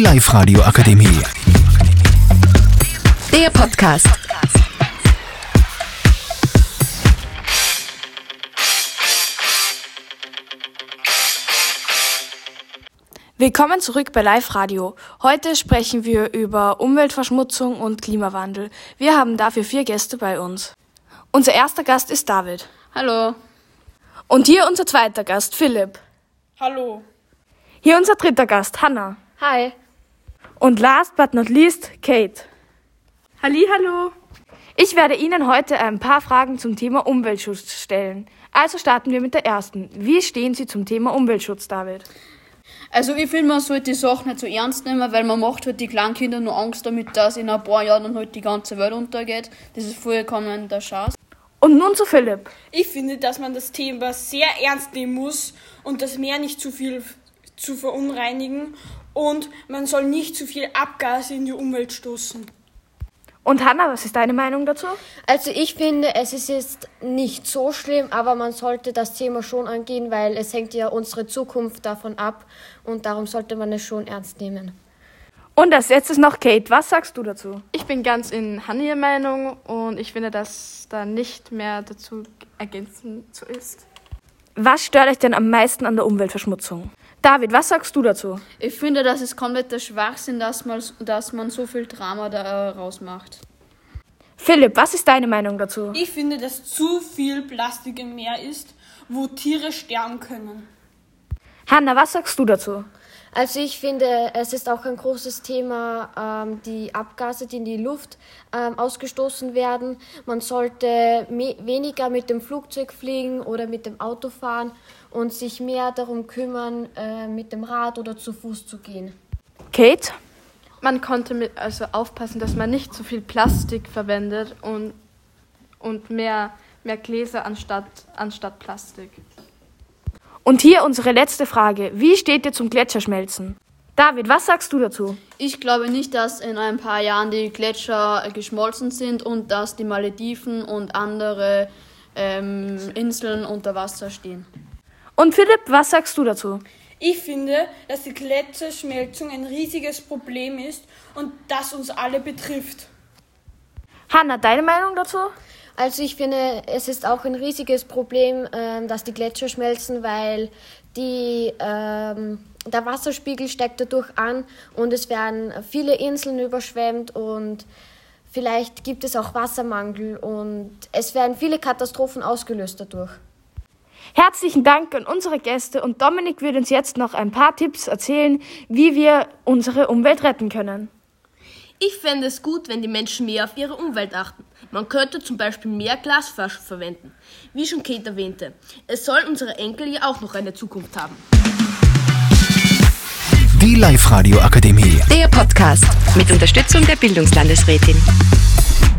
Live-Radio Akademie. Der Podcast. Willkommen zurück bei Live-Radio. Heute sprechen wir über Umweltverschmutzung und Klimawandel. Wir haben dafür 4 Gäste bei uns. Unser erster Gast ist David. Hallo. Und hier unser zweiter Gast, Philipp. Hallo. Hier unser dritter Gast, Hannah. Hi. Und last but not least, Kate. Hallihallo. Ich werde Ihnen heute ein paar Fragen zum Thema Umweltschutz stellen. Also starten wir mit der ersten. Wie stehen Sie zum Thema Umweltschutz, David? Also ich finde, man sollte die Sache nicht so ernst nehmen, weil man macht halt die kleinen Kinder nur Angst damit, dass in ein paar Jahren dann halt die ganze Welt untergeht. Das ist vollkommen der Schatz. Und nun zu Philipp. Ich finde, dass man das Thema sehr ernst nehmen muss und das Meer nicht zu viel zu verunreinigen und man soll nicht zu viel Abgase in die Umwelt stoßen. Und Hannah, was ist deine Meinung dazu? Also ich finde, es ist jetzt nicht so schlimm, aber man sollte das Thema schon angehen, weil es hängt ja unsere Zukunft davon ab und darum sollte man es schon ernst nehmen. Und als letztes noch Kate, was sagst du dazu? Ich bin ganz in Hannies Meinung und ich finde, dass da nicht mehr dazu ergänzen zu ist. Was stört euch denn am meisten an der Umweltverschmutzung? David, was sagst du dazu? Ich finde, das ist kompletter Schwachsinn, dass man so viel Drama da rausmacht. Philipp, was ist deine Meinung dazu? Ich finde, dass zu viel Plastik im Meer ist, wo Tiere sterben können. Hannah, was sagst du dazu? Also ich finde, es ist auch ein großes Thema, die Abgase, die in die Luft ausgestoßen werden. Man sollte weniger mit dem Flugzeug fliegen oder mit dem Auto fahren und sich mehr darum kümmern, mit dem Rad oder zu Fuß zu gehen. Kate? Man konnte also aufpassen, dass man nicht so viel Plastik verwendet und mehr Gläser anstatt Plastik. Und hier unsere letzte Frage. Wie steht ihr zum Gletscherschmelzen? David, was sagst du dazu? Ich glaube nicht, dass in ein paar Jahren die Gletscher geschmolzen sind und dass die Malediven und andere Inseln unter Wasser stehen. Und Philipp, was sagst du dazu? Ich finde, dass die Gletscherschmelzung ein riesiges Problem ist und das uns alle betrifft. Hannah, deine Meinung dazu? Also ich finde, es ist auch ein riesiges Problem, dass die Gletscher schmelzen, weil der Wasserspiegel steigt dadurch an und es werden viele Inseln überschwemmt und vielleicht gibt es auch Wassermangel und es werden viele Katastrophen ausgelöst dadurch. Herzlichen Dank an unsere Gäste und Dominik wird uns jetzt noch ein paar Tipps erzählen, wie wir unsere Umwelt retten können. Ich fände es gut, wenn die Menschen mehr auf ihre Umwelt achten. Man könnte zum Beispiel mehr Glasflaschen verwenden. Wie schon Kate erwähnte, es sollen unsere Enkel ja auch noch eine Zukunft haben. Die Live-Radio Akademie. Der Podcast mit Unterstützung der Bildungslandesrätin.